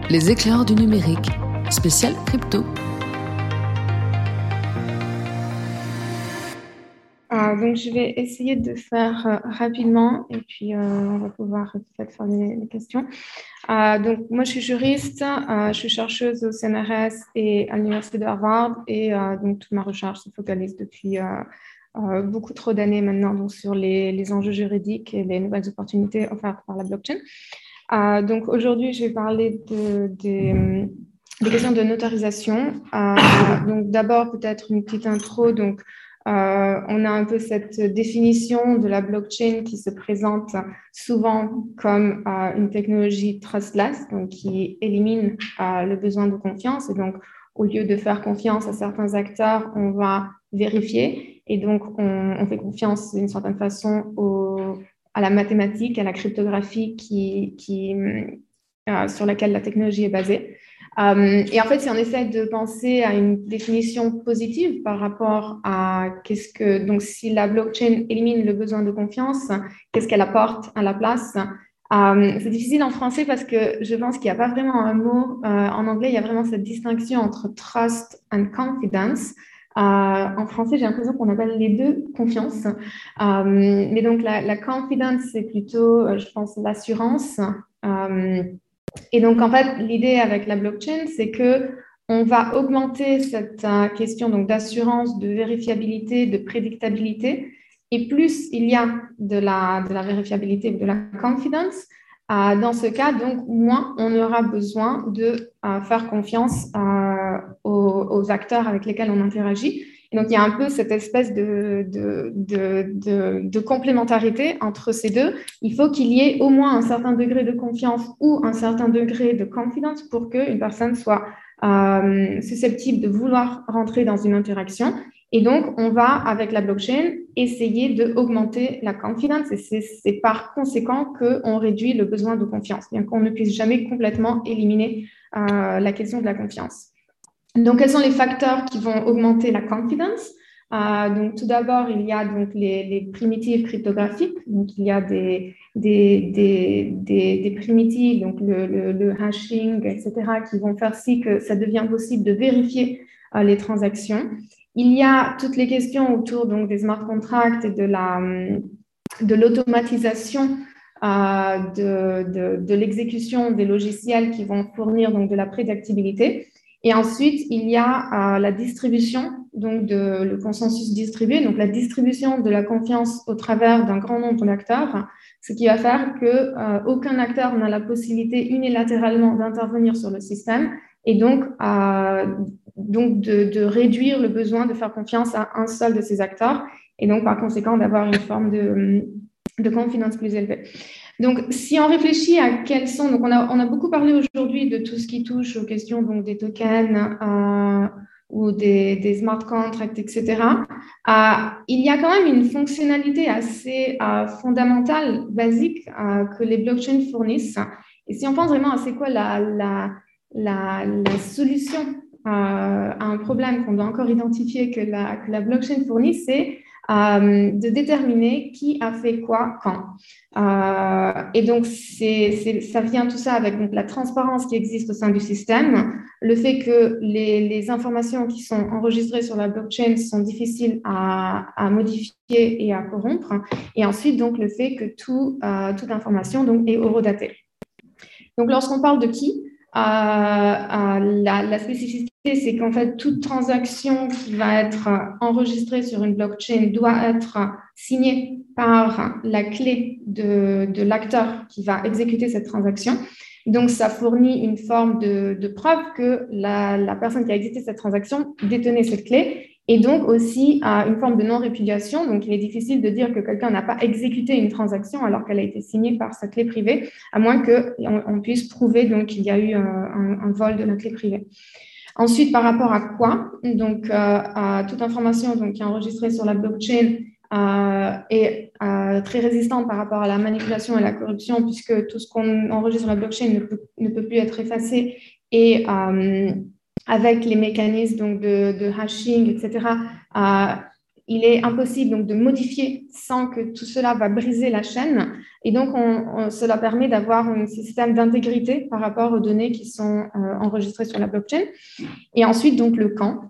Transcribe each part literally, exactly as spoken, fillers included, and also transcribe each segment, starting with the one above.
Les éclairs du numérique, spécial crypto. Euh, donc, je vais essayer de faire euh, rapidement et puis euh, on va pouvoir peut-être faire les, les questions. Euh, donc, moi, je suis juriste, euh, je suis chercheuse au C N R S et à l'Université de Harvard et euh, donc toute ma recherche se focalise depuis euh, euh, beaucoup trop d'années maintenant donc, sur les, les enjeux juridiques et les nouvelles opportunités offertes par la blockchain. Euh, donc, aujourd'hui, je vais parler de, de, des questions de notarisation. Euh, donc, d'abord, peut-être une petite intro. Donc, euh, on a un peu cette définition de la blockchain qui se présente souvent comme euh, une technologie trustless, donc qui élimine euh, le besoin de confiance. Et donc, au lieu de faire confiance à certains acteurs, on va vérifier. Et donc, on, on fait confiance d'une certaine façon au, à la mathématique, à la cryptographie qui, qui, euh, sur laquelle la technologie est basée. Euh, et en fait, si on essaie de penser à une définition positive par rapport à qu'est-ce que, donc si la blockchain élimine le besoin de confiance, qu'est-ce qu'elle apporte à la place? Euh, c'est difficile en français parce que je pense qu'il n'y a pas vraiment un mot. Euh, en anglais, il y a vraiment cette distinction entre trust and confidence. Euh, en français, j'ai l'impression qu'on appelle les deux confiance. Euh, mais donc, la, la confidence, c'est plutôt, euh, je pense, l'assurance. Euh, et donc, en fait, l'idée avec la blockchain, c'est que on va augmenter cette euh, question donc d'assurance, de vérifiabilité, de prédictabilité. Et plus il y a de la, de la vérifiabilité, de la confidence, euh, dans ce cas, donc, moins on aura besoin de euh, faire confiance euh, aux, aux acteurs avec lesquels on interagit. Et donc, il y a un peu cette espèce de, de, de, de, de complémentarité entre ces deux. Il faut qu'il y ait au moins un certain degré de confiance ou un certain degré de confidence pour qu'une personne soit euh, susceptible de vouloir rentrer dans une interaction. Et donc, on va, avec la blockchain, essayer d'augmenter la confidence. Et c'est par conséquent qu'on réduit le besoin de confiance, bien qu'on ne puisse jamais complètement éliminer euh, la question de la confiance. Donc, quels sont les facteurs qui vont augmenter la confidence? Euh, donc, tout d'abord, il y a donc les, les primitives cryptographiques. Donc, il y a des, des, des, des, des primitives, donc le, le, le hashing, et cetera, qui vont faire si que ça devient possible de vérifier euh, les transactions. Il y a toutes les questions autour donc, des smart contracts et de la, de l'automatisation euh, de, de, de l'exécution des logiciels qui vont fournir donc, de la prédictibilité. Et ensuite, il y a euh, la distribution, donc de, le consensus distribué, donc la distribution de la confiance au travers d'un grand nombre d'acteurs, ce qui va faire qu'aucun euh, acteur n'a la possibilité unilatéralement d'intervenir sur le système et donc, euh, donc de, de réduire le besoin de faire confiance à un seul de ces acteurs et donc par conséquent d'avoir une forme de, de confidence plus élevée. Donc, si on réfléchit à quels sont, donc on a, on a beaucoup parlé aujourd'hui de tout ce qui touche aux questions donc des tokens euh, ou des, des smart contracts, et cetera. Euh, il y a quand même une fonctionnalité assez euh, fondamentale, basique euh, que les blockchains fournissent. Et si on pense vraiment à c'est quoi la, la, la, la solution euh, à un problème qu'on doit encore identifier que la, que la blockchain fournit, c'est euh, de déterminer qui a fait quoi quand. Euh, et donc, c'est, c'est, ça vient tout ça avec donc, la transparence qui existe au sein du système, le fait que les, les informations qui sont enregistrées sur la blockchain sont difficiles à, à modifier et à corrompre, et ensuite donc, le fait que tout, euh, toute information donc, est horodatée. Donc, lorsqu'on parle de qui, euh, euh, la, la spécificité, c'est qu'en fait, toute transaction qui va être enregistrée sur une blockchain doit être signée par la clé de, de l'acteur qui va exécuter cette transaction. Donc, ça fournit une forme de, de preuve que la, la personne qui a exécuté cette transaction détenait cette clé et donc aussi euh, une forme de non-répudiation. Donc, il est difficile de dire que quelqu'un n'a pas exécuté une transaction alors qu'elle a été signée par sa clé privée, à moins qu'on on puisse prouver donc, qu'il y a eu euh, un, un vol de la clé privée. Ensuite, par rapport à quoi? Donc, euh, à toute information donc, qui est enregistrée sur la blockchain euh, est euh, très résistante par rapport à la manipulation et la corruption, puisque tout ce qu'on enregistre sur la blockchain ne peut, ne peut plus être effacé et euh, avec les mécanismes donc, de, de hashing, et cetera, euh, il est impossible donc, de modifier sans que tout cela va briser la chaîne. Et donc, on, on, cela permet d'avoir un système d'intégrité par rapport aux données qui sont euh, enregistrées sur la blockchain. Et ensuite, donc, le quand.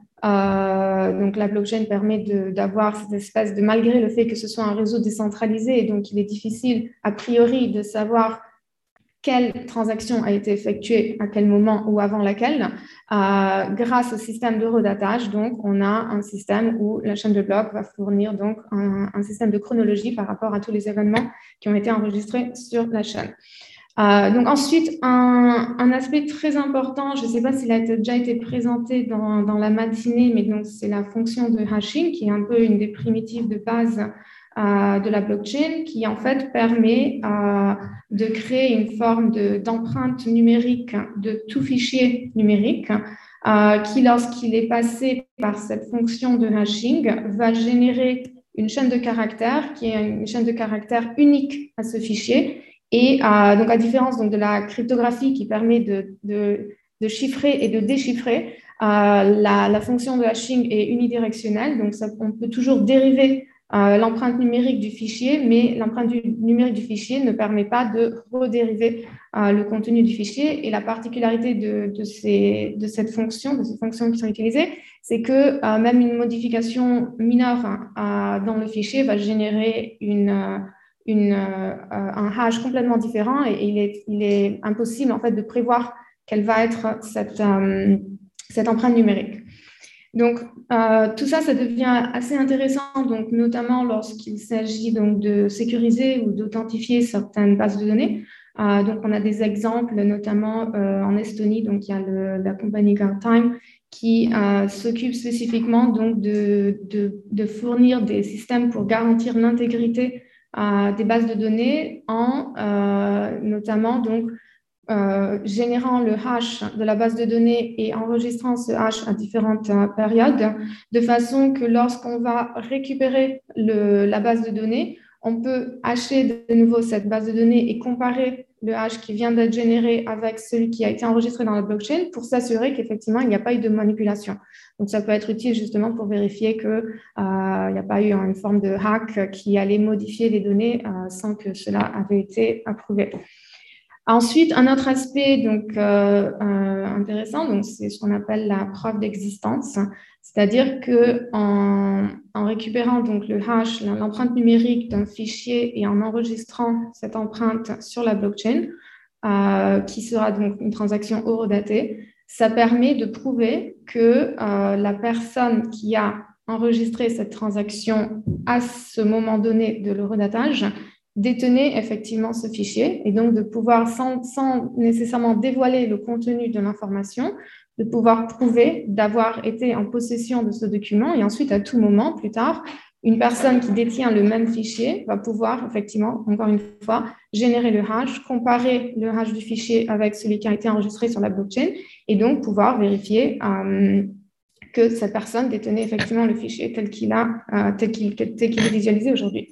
Euh, donc, la blockchain permet d'avoir cette espèce de, malgré le fait que ce soit un réseau décentralisé, et donc il est difficile, a priori, de savoir quelle transaction a été effectuée à quel moment ou avant laquelle, euh, grâce au système de redatage, donc, on a un système où la chaîne de blocs va fournir donc un, un système de chronologie par rapport à tous les événements qui ont été enregistrés sur la chaîne. Euh, donc ensuite, un, un aspect très important, je ne sais pas s'il a déjà été présenté dans, dans la matinée, mais donc c'est la fonction de hashing, qui est un peu une des primitives de base euh, de la blockchain, qui en fait permet euh, de créer une forme d'empreinte numérique de tout fichier numérique, euh, qui lorsqu'il est passé par cette fonction de hashing, va générer une chaîne de caractères, qui est une chaîne de caractères unique à ce fichier. Et euh, donc, à différence donc, de la cryptographie qui permet de, de, de chiffrer et de déchiffrer, euh, la, la fonction de hashing est unidirectionnelle. Donc, ça, on peut toujours dériver euh, l'empreinte numérique du fichier, mais l'empreinte numérique du fichier ne permet pas de redériver euh, le contenu du fichier. Et la particularité de, de, ces, de cette fonction, de ces fonctions qui sont utilisées, c'est que euh, même une modification mineure hein, euh, dans le fichier va générer une... Euh, Une, euh, un hash complètement différent et il est, il est impossible en fait de prévoir quelle va être cette, euh, cette empreinte numérique. Donc, euh, tout ça, ça devient assez intéressant, donc, notamment lorsqu'il s'agit donc, de sécuriser ou d'authentifier certaines bases de données. Euh, donc, on a des exemples, notamment euh, en Estonie, donc, il y a le, la compagnie Guardtime qui euh, s'occupe spécifiquement donc, de, de, de fournir des systèmes pour garantir l'intégrité euh, des bases de données en euh, notamment donc, Euh, générant le hash de la base de données et enregistrant ce hash à différentes euh, périodes, de façon que lorsqu'on va récupérer le, la base de données, on peut hasher de nouveau cette base de données et comparer le hash qui vient d'être généré avec celui qui a été enregistré dans la blockchain pour s'assurer qu'effectivement, il n'y a pas eu de manipulation. Donc, ça peut être utile justement pour vérifier qu'il euh, n'y a pas eu une forme de hack qui allait modifier les données euh, sans que cela avait été approuvé. Ensuite, un autre aspect donc, euh, euh, intéressant, donc, c'est ce qu'on appelle la preuve d'existence, c'est-à-dire qu'en en récupérant donc, le hash, l'empreinte numérique d'un fichier et en enregistrant cette empreinte sur la blockchain, euh, qui sera donc une transaction horodatée, ça permet de prouver que euh, la personne qui a enregistré cette transaction à ce moment donné de l'horodatage détenait effectivement ce fichier et donc de pouvoir, sans, sans nécessairement dévoiler le contenu de l'information, de pouvoir prouver d'avoir été en possession de ce document et ensuite, à tout moment, plus tard, une personne qui détient le même fichier va pouvoir effectivement, encore une fois, générer le hash, comparer le hash du fichier avec celui qui a été enregistré sur la blockchain et donc pouvoir vérifier euh, que cette personne détenait effectivement le fichier tel qu'il a, euh, tel qu'il, tel qu'il est visualisé aujourd'hui.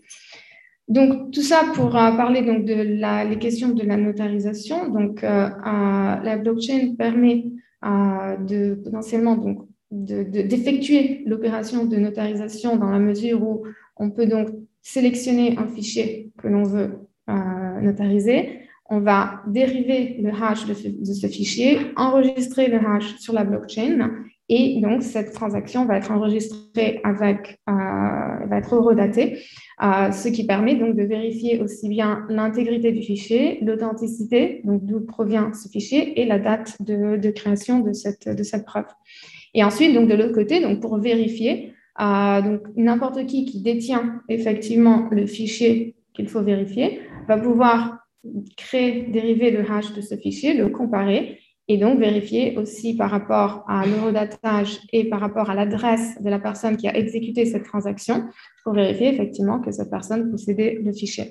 Donc, tout ça pour euh, parler donc, de la, les questions de la notarisation. Donc, euh, euh, la blockchain permet euh, de potentiellement donc, de, de, d'effectuer l'opération de notarisation dans la mesure où on peut donc sélectionner un fichier que l'on veut euh, notariser. On va dériver le hash de, de ce fichier, enregistrer le hash sur la blockchain et donc cette transaction va être enregistrée avec, euh, va être redatée. Euh, ce qui permet donc de vérifier aussi bien l'intégrité du fichier, l'authenticité, donc d'où provient ce fichier, et la date de, de création de cette, de cette preuve. Et ensuite, donc de l'autre côté, donc pour vérifier, euh, donc n'importe qui qui détient effectivement le fichier qu'il faut vérifier va pouvoir créer, dériver le hash de ce fichier, le comparer, et donc vérifier aussi par rapport à l'horodatage et par rapport à l'adresse de la personne qui a exécuté cette transaction pour vérifier effectivement que cette personne possédait le fichier.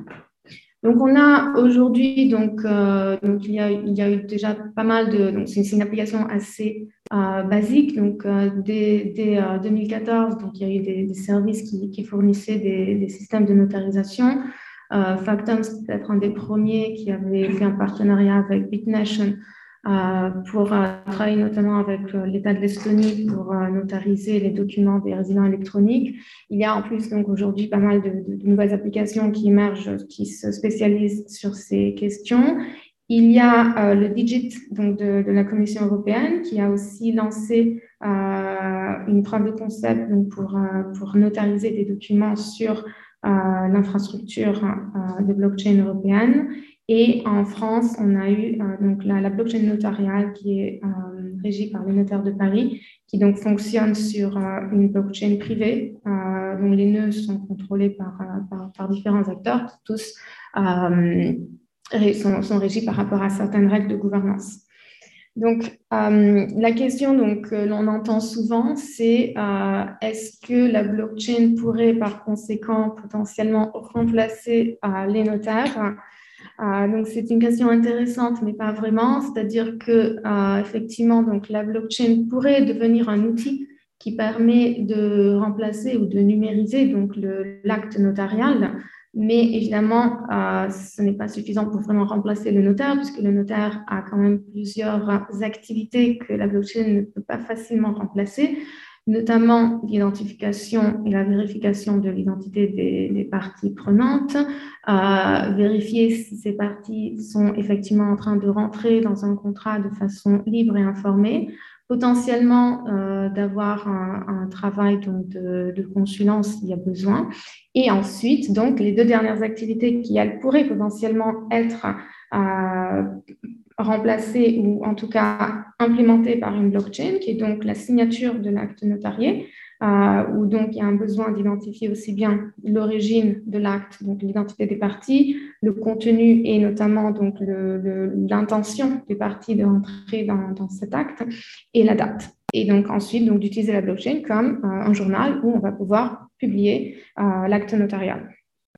Donc, on a aujourd'hui, donc, euh, donc il, y a, il y a eu déjà pas mal de... Donc, c'est une application assez euh, basique. Donc, euh, dès, dès euh, deux mille quatorze, donc, il y a eu des, des services qui, qui fournissaient des, des systèmes de notarisation. Euh, Factom, c'est peut-être un des premiers qui avait fait un partenariat avec BitNation euh, pour euh, travailler notamment avec euh, l'État de l'Estonie pour euh, notariser les documents des résidents électroniques. Il y a en plus donc aujourd'hui pas mal de, de, de nouvelles applications qui émergent, qui se spécialisent sur ces questions. Il y a euh, le Digit donc de, de la Commission européenne qui a aussi lancé euh, une preuve de concept donc pour, euh, pour notariser des documents sur euh, l'infrastructure euh, de blockchain européenne. Et en France, on a eu euh, donc la, la blockchain notariale qui est euh, régie par les notaires de Paris, qui donc fonctionne sur euh, une blockchain privée, euh, dont les nœuds sont contrôlés par, euh, par, par différents acteurs qui tous euh, sont, sont régis par rapport à certaines règles de gouvernance. Donc, euh, la question donc, que l'on entend souvent, c'est euh, est-ce que la blockchain pourrait par conséquent potentiellement remplacer euh, les notaires? Euh, donc, c'est une question intéressante, mais pas vraiment. C'est-à-dire que, euh, effectivement, donc, la blockchain pourrait devenir un outil qui permet de remplacer ou de numériser donc, le, l'acte notarial. Mais évidemment, euh, ce n'est pas suffisant pour vraiment remplacer le notaire, puisque le notaire a quand même plusieurs activités que la blockchain ne peut pas facilement remplacer, notamment l'identification et la vérification de l'identité des, des parties prenantes, euh, vérifier si ces parties sont effectivement en train de rentrer dans un contrat de façon libre et informée, potentiellement euh, d'avoir un, un travail donc, de, de consulance s'il y a besoin. Et ensuite, donc, les deux dernières activités qui, elles, pourraient potentiellement être euh, remplacées ou en tout cas implémentées par une blockchain, qui est donc la signature de l'acte notarié, euh, où donc il y a un besoin d'identifier aussi bien l'origine de l'acte, donc l'identité des parties, le contenu et notamment donc le, le, l'intention des parties de rentrer dans, dans cet acte et la date. Et donc ensuite donc d'utiliser la blockchain comme euh, un journal où on va pouvoir publier euh, l'acte notarial.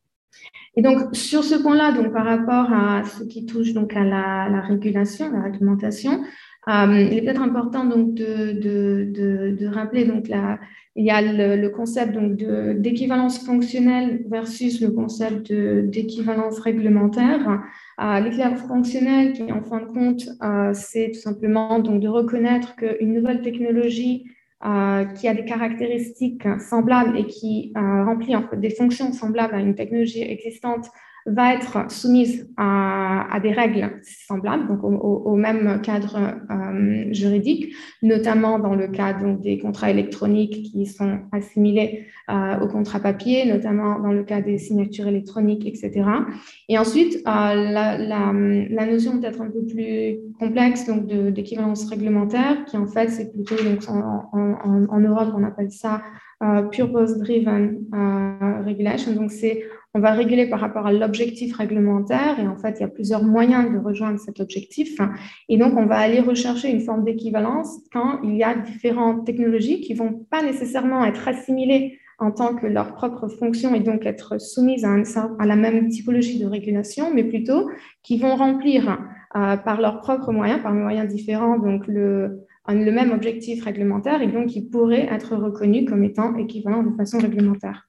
Et donc, sur ce point-là, donc par rapport à ce qui touche donc à la, la régulation, la réglementation, euh, il est peut-être important donc de, de, de, de rappeler donc la, il y a le, le concept donc de, d'équivalence fonctionnelle versus le concept de, d'équivalence réglementaire. Euh, l'équivalence fonctionnelle, qui en fin de compte, euh, c'est tout simplement donc de reconnaître qu'une nouvelle technologie Euh, qui a des caractéristiques semblables et qui euh, remplit en fait, des fonctions semblables à une technologie existante va être soumise à, à des règles semblables, donc au, au même cadre euh, juridique, notamment dans le cas donc, des contrats électroniques qui sont assimilés euh, aux contrats papier, notamment dans le cas des signatures électroniques, et cetera. Et ensuite, euh, la, la, la notion peut-être un peu plus complexe donc de, d'équivalence réglementaire, qui en fait, c'est plutôt donc, en, en, en Europe, on appelle ça euh, purpose-driven euh, regulation. Donc, c'est on va réguler par rapport à l'objectif réglementaire et en fait, il y a plusieurs moyens de rejoindre cet objectif. Et donc, on va aller rechercher une forme d'équivalence quand il y a différentes technologies qui ne vont pas nécessairement être assimilées en tant que leur propre fonction et donc être soumises à, un, à la même typologie de régulation, mais plutôt qui vont remplir euh, par leurs propres moyens, par des moyens différents, donc le, le même objectif réglementaire et donc qui pourraient être reconnus comme étant équivalents de façon réglementaire.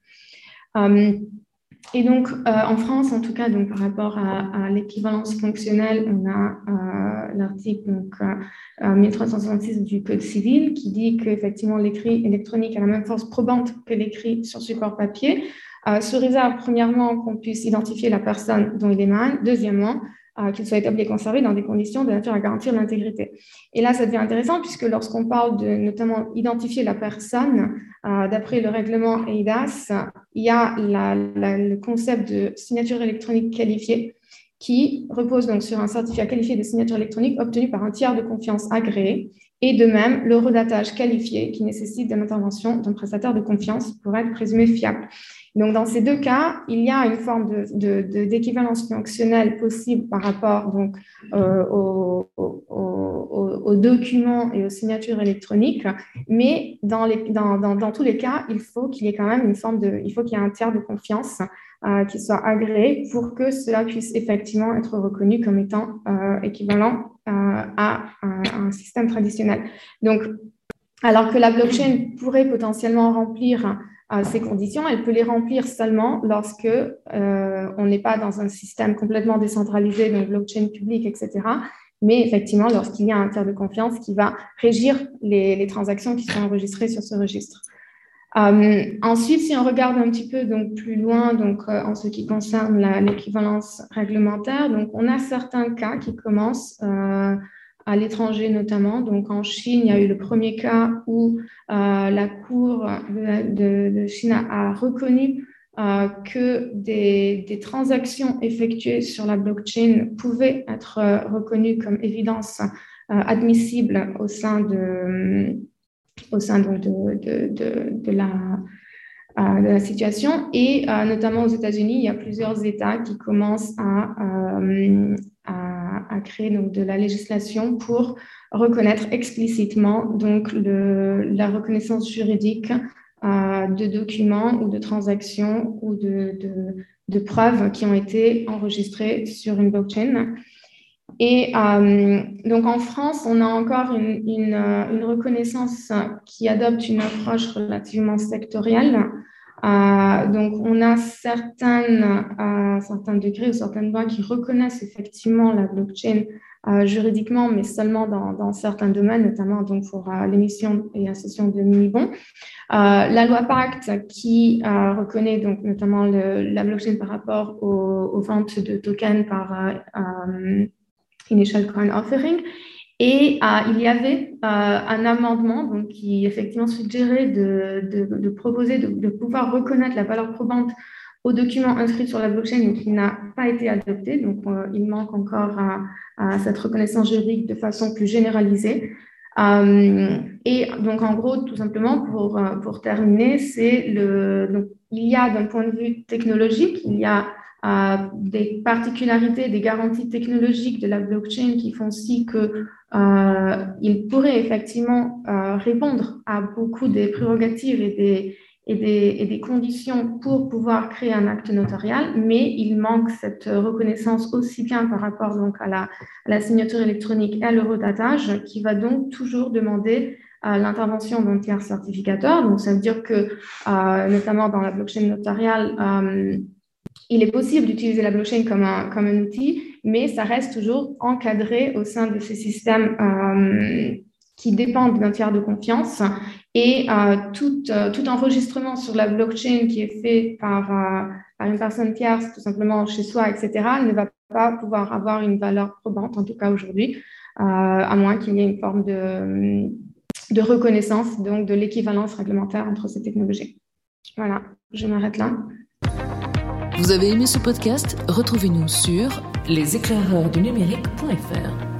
Euh, Et donc, euh, en France, en tout cas, donc, par rapport à, à l'équivalence fonctionnelle, on a euh, l'article donc, euh, mille trois cent soixante-six du Code civil qui dit qu'effectivement, l'écrit électronique a la même force probante que l'écrit sur support papier, euh, sous réserve, premièrement, qu'on puisse identifier la personne dont il émane, deuxièmement, euh, qu'il soit établi et conservé dans des conditions de nature à garantir l'intégrité. Et là, ça devient intéressant puisque lorsqu'on parle de notamment identifier la personne, euh, d'après le règlement E I D A S, il y a la, la, le concept de signature électronique qualifiée qui repose donc sur un certificat qualifié de signature électronique obtenu par un tiers de confiance agréé et de même le redatage qualifié qui nécessite de l'intervention d'un prestataire de confiance pour être présumé fiable. Donc, dans ces deux cas, il y a une forme de, de, de, d'équivalence fonctionnelle possible par rapport donc, euh, aux, aux, aux, aux documents et aux signatures électroniques, mais dans, les, dans, dans, dans tous les cas, il faut qu'il y ait quand même une forme de, il faut qu'il y ait un tiers de confiance euh, qui soit agréé pour que cela puisse effectivement être reconnu comme étant euh, équivalent euh, à, à un système traditionnel. Donc, alors que la blockchain pourrait potentiellement remplir à ces conditions, elle peut les remplir seulement lorsque euh, on n'est pas dans un système complètement décentralisé, donc blockchain public, et cetera, mais effectivement, lorsqu'il y a un tiers de confiance qui va régir les, les transactions qui sont enregistrées sur ce registre. Euh, ensuite, si on regarde un petit peu donc, plus loin, donc, euh, en ce qui concerne la, l'équivalence réglementaire, donc, on a certains cas qui commencent euh, à l'étranger notamment. Donc, en Chine, il y a eu le premier cas où euh, la Cour de, de, de Chine a reconnu euh, que des, des transactions effectuées sur la blockchain pouvaient être euh, reconnues comme évidence euh, admissible au sein de au sein de, de, de, de, la, euh, de la situation. Et euh, notamment aux États-Unis, il y a plusieurs États qui commencent à, euh, à, à créer donc, de la législation pour reconnaître explicitement donc, le, la reconnaissance juridique euh, de documents ou de transactions ou de, de, de preuves qui ont été enregistrées sur une blockchain. Et euh, donc en France, on a encore une, une, une reconnaissance qui adopte une approche relativement sectorielle. Euh, donc on a certaines, euh, certains degrés ou certaines lois qui reconnaissent effectivement la blockchain euh, juridiquement, mais seulement dans, dans certains domaines, notamment donc pour euh, l'émission et la cession de mini-bons. Euh, la loi Pacte qui euh, reconnaît donc notamment le, la blockchain par rapport aux, aux ventes de tokens par euh, euh, Initial Coin Offering. Et euh, il y avait euh, un amendement donc, qui effectivement suggérait de, de, de proposer de, de pouvoir reconnaître la valeur probante aux documents inscrits sur la blockchain, mais qui n'a pas été adopté. Donc, euh, il manque encore à, à cette reconnaissance juridique de façon plus généralisée. Euh, et donc, en gros, tout simplement, pour, pour terminer, c'est le, donc, il y a d'un point de vue technologique, il y a euh, des particularités, des garanties technologiques de la blockchain qui font si que euh, il pourrait effectivement euh, répondre à beaucoup des prérogatives et des, et, des, et des conditions pour pouvoir créer un acte notarial, mais il manque cette reconnaissance aussi bien par rapport donc, à, la, à la signature électronique et à l'eurodatage, qui va donc toujours demander euh, l'intervention d'un tiers certificateur. Donc, ça veut dire que, euh, notamment dans la blockchain notariale, euh, il est possible d'utiliser la blockchain comme un, comme un outil, mais ça reste toujours encadré au sein de ces systèmes euh, qui dépendent d'un tiers de confiance. Et euh, tout, euh, tout enregistrement sur la blockchain qui est fait par, euh, par une personne tierce, tout simplement chez soi, et cetera, ne va pas pouvoir avoir une valeur probante, en tout cas aujourd'hui, euh, à moins qu'il y ait une forme de, de reconnaissance, donc de l'équivalence réglementaire entre ces technologies. Voilà, je m'arrête là. Vous avez aimé ce podcast? Retrouvez-nous sur les éclaireurs du numérique point f r.